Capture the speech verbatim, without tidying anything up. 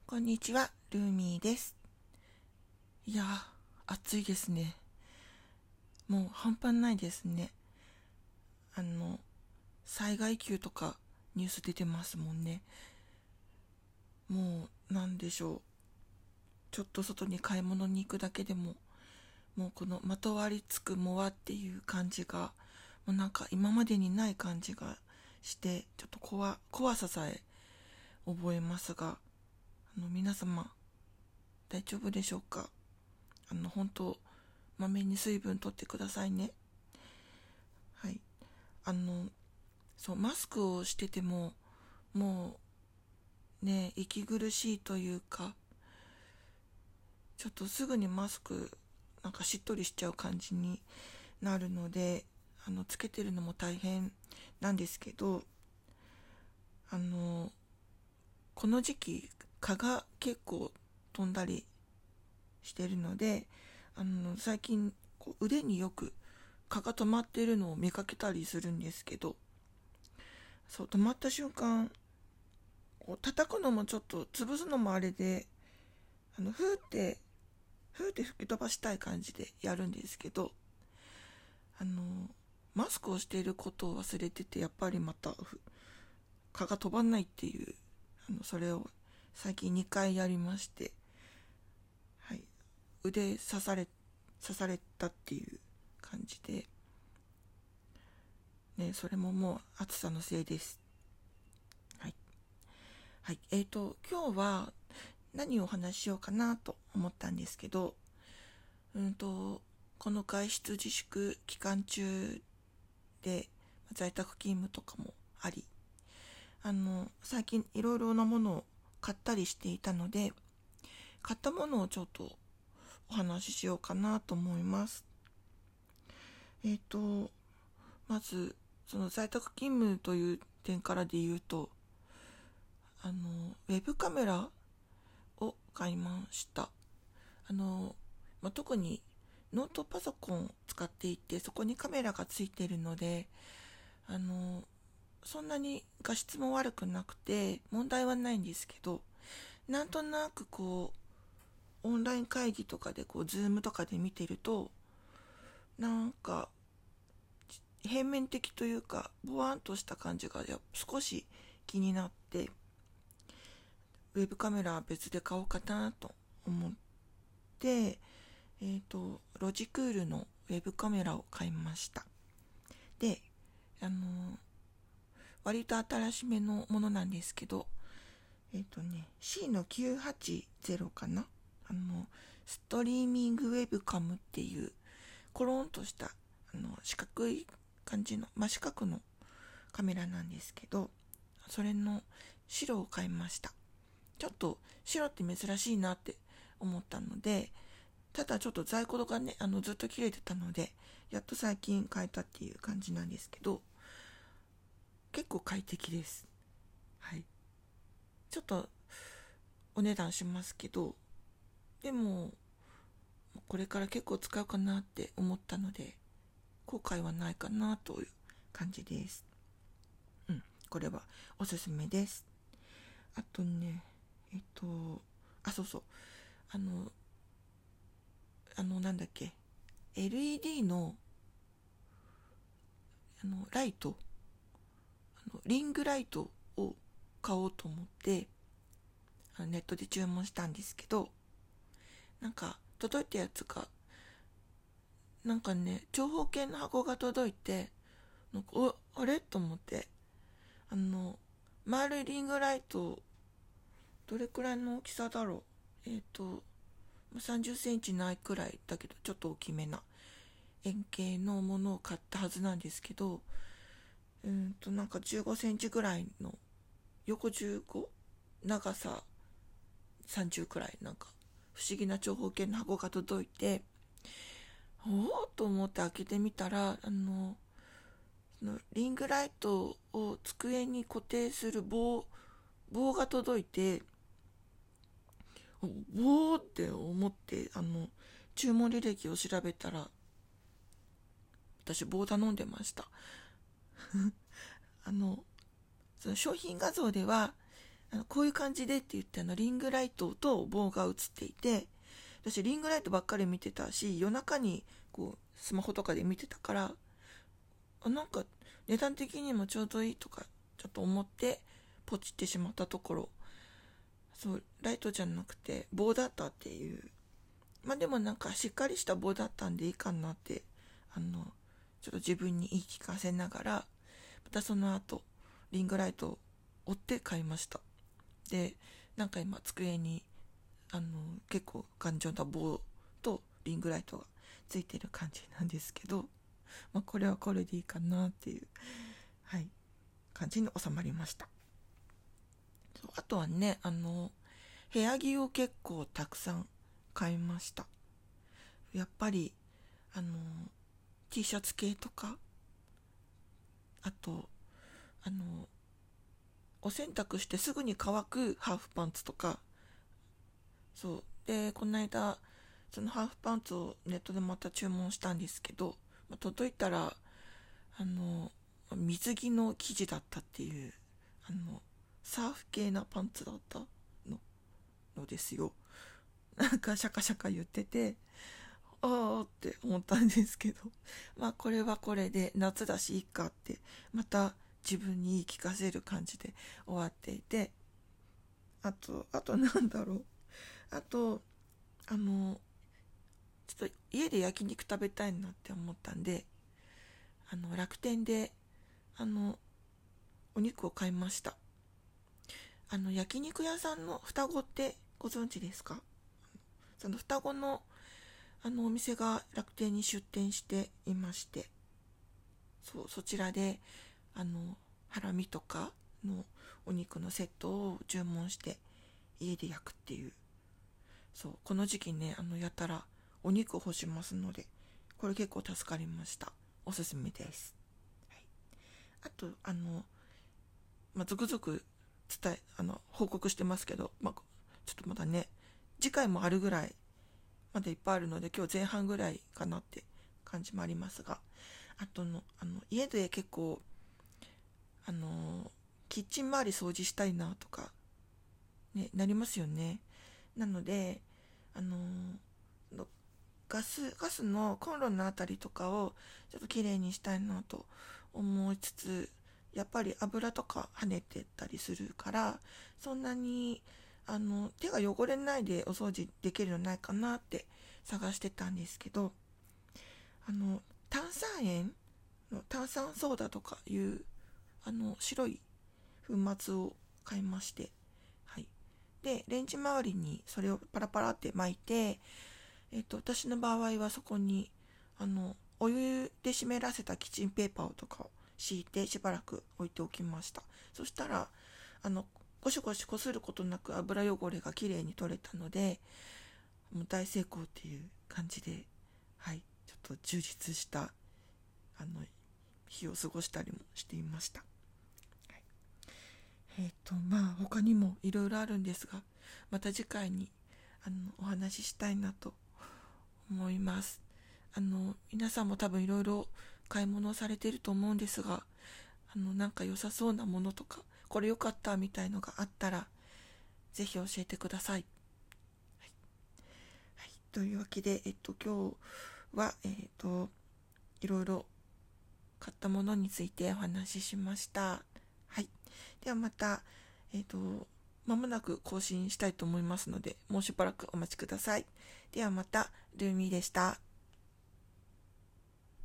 こんにちは、ルーミーです。いやー、暑いですね。もう半端ないですね。あの、災害級とかニュース出てますもんね。もう、なんでしょう。ちょっと外に買い物に行くだけでも、もうこのまとわりつくもわっていう感じが、もうなんか今までにない感じがして、ちょっと怖、怖ささえ覚えますが、あの、皆様、大丈夫でしょうか？あの、本当まめに水分とってくださいね。はい。あの、そう、マスクをしてても、もうね、息苦しいというか、ちょっとすぐにマスク、なんかしっとりしちゃう感じになるので、あの、つけてるのも大変なんですけど、あの、この時期、蚊が結構飛んだりしてるので、あの、最近、こう腕によく蚊が止まっているのを見かけたりするんですけど、そう、止まった瞬間、こう叩くのもちょっと潰すのもあれで、あのふーってふーって吹き飛ばしたい感じでやるんですけど、あのマスクをしていることを忘れてて、やっぱりまた蚊が飛ばないっていう、あのそれを最近にかいやりまして、はい、腕刺され刺されたっていう感じでね、それももう暑さのせいです。はい、はい、えーと今日は何をお話ししようかなと思ったんですけど、うんとこの外出自粛期間中で在宅勤務とかもあり、あの最近いろいろなものを買ったりしていたので、買ったものをちょっとお話ししようかなと思います。えっ、とまずその在宅勤務という点からで言うと、あのウェブカメラを買いました。あの、まあ、特にノートパソコンを使っていて、そこにカメラがついているので、あのそんなに画質も悪くなくて問題はないんですけど、なんとなくこうオンライン会議とかでこうズームとかで見てると、なんか平面的というかボワンとした感じが少し気になって、ウェブカメラは別で買おうかなと思って、えーと、ロジクールのウェブカメラを買いました。で、あのー割と新しめのものなんですけど、えっ、ー、とね シー のきゅうはちゼロかな、あのストリーミングウェブカムっていうコロンとしたあの四角い感じの真四角のカメラなんですけど、それの白を買いました。ちょっと白って珍しいなって思ったので、ただちょっと在庫がね、あのずっと切れてたので、やっと最近買えたっていう感じなんですけど、結構快適です。はい。ちょっとお値段しますけど、でもこれから結構使うかなって思ったので、後悔はないかなという感じです。うん、これはおすすめです。あとね、えっと、あ、そうそう、あの、あの、なんだっけ、エルイーディー の、あの、ライト、あのリングライトを買おうと思って、ネットで注文したんですけど、なんか、届いたやつが、なんかね、長方形の箱が届いて、なんか、お、あれと思って、あの、丸いリングライト、どれくらいの大きさだろう。えっ、ー、と、さんじゅっセンチないくらいだけど、ちょっと大きめな円形のものを買ったはずなんですけど、うんと、なんかじゅうごセンチぐらいの、横じゅうご、長ささんじゅうくらい、なんか、不思議な長方形の箱が届いて、おおと思って開けてみたら、あの、のリングライトを机に固定する棒棒が届いて、棒って思って、あの注文履歴を調べたら、私棒頼んでました。あのその商品画像では、 あのこういう感じでって言ってあのリングライトと棒が映っていて、私リングライトばっかり見てたし、夜中にこうスマホとかで見てたから、あなんか値段的にもちょうどいいとかちょっと思ってポチってしまったところ、そうライトじゃなくて棒だったっていう。まあでもなんかしっかりした棒だったんでいいかなって、あのちょっと自分に言い聞かせながら、またその後リングライトを追って買いました。でなんか今机にあの結構頑丈な棒とリングライトがついてる感じなんですけど、まあ、これはこれでいいかなっていう、はい、感じに収まりました。そうあとはね、あの部屋着を結構たくさん買いました。やっぱりあの T シャツ系とか、あとあのお洗濯してすぐに乾くハーフパンツとか、そうでこの間そのハーフパンツをネットでまた注文したんですけど、まあ、届いたらあの水着の生地だったっていう、あのサーフ系なパンツだったののですよ。なんかシャカシャカ言ってて、ああって思ったんですけど、まあこれはこれで夏だしいいかってまた自分に言い聞かせる感じで終わっていて、あとあとなんだろう、あとあのちょっと家で焼肉食べたいなって思ったんで、あの楽天であのお肉を買いました。あの焼肉屋さんの双子ってご存知ですか？その双子のあのお店が楽天に出店していまして、そうそちらであのハラミとかのお肉のセットを注文して家で焼くっていう、そうこの時期ね、あのやたらお肉を干しますので、これ結構助かりました。おすすめです。はい、あとあのまあ、続々伝えあの報告してますけど、まあ、ちょっとまだね次回もあるぐらいまだいっぱいあるので、今日前半ぐらいかなって感じもありますが、あとのあの家で結構あのキッチン周り掃除したいなとか、ね、なりますよね。なのであのガスガスのコンロのあたりとかをちょっときれいにしたいなと思いつつ、やっぱり油とか跳ねてたりするから、そんなにあの手が汚れないでお掃除できるのないかなって探してたんですけど、あの炭酸塩の炭酸ソーダとかいうあの白い粉末を買いまして、はい、でレンジ周りにそれをパラパラって巻いて、えっと、私の場合はそこにあのお湯で湿らせたキッチンペーパーとかを敷いてしばらく置いておきました。そしたらあのゴシゴシこすることなく油汚れがきれいに取れたので、もう大成功っていう感じで、はい、ちょっと充実したあの日を過ごしたりもしていました。はい、えっとまあ他にもいろいろあるんですが、また次回にあのお話ししたいなと思います。あの皆さんも多分いろいろ買い物をされていると思うんですが、あのなんか良さそうなものとか、これ良かったみたいのがあったらぜひ教えてください。はいはい、というわけで、えっと今日はえっといろいろ買ったものについてお話ししました。はい、ではまたえっとまもなく更新したいと思いますので、もうしばらくお待ちください。ではまた、ルーミーでした。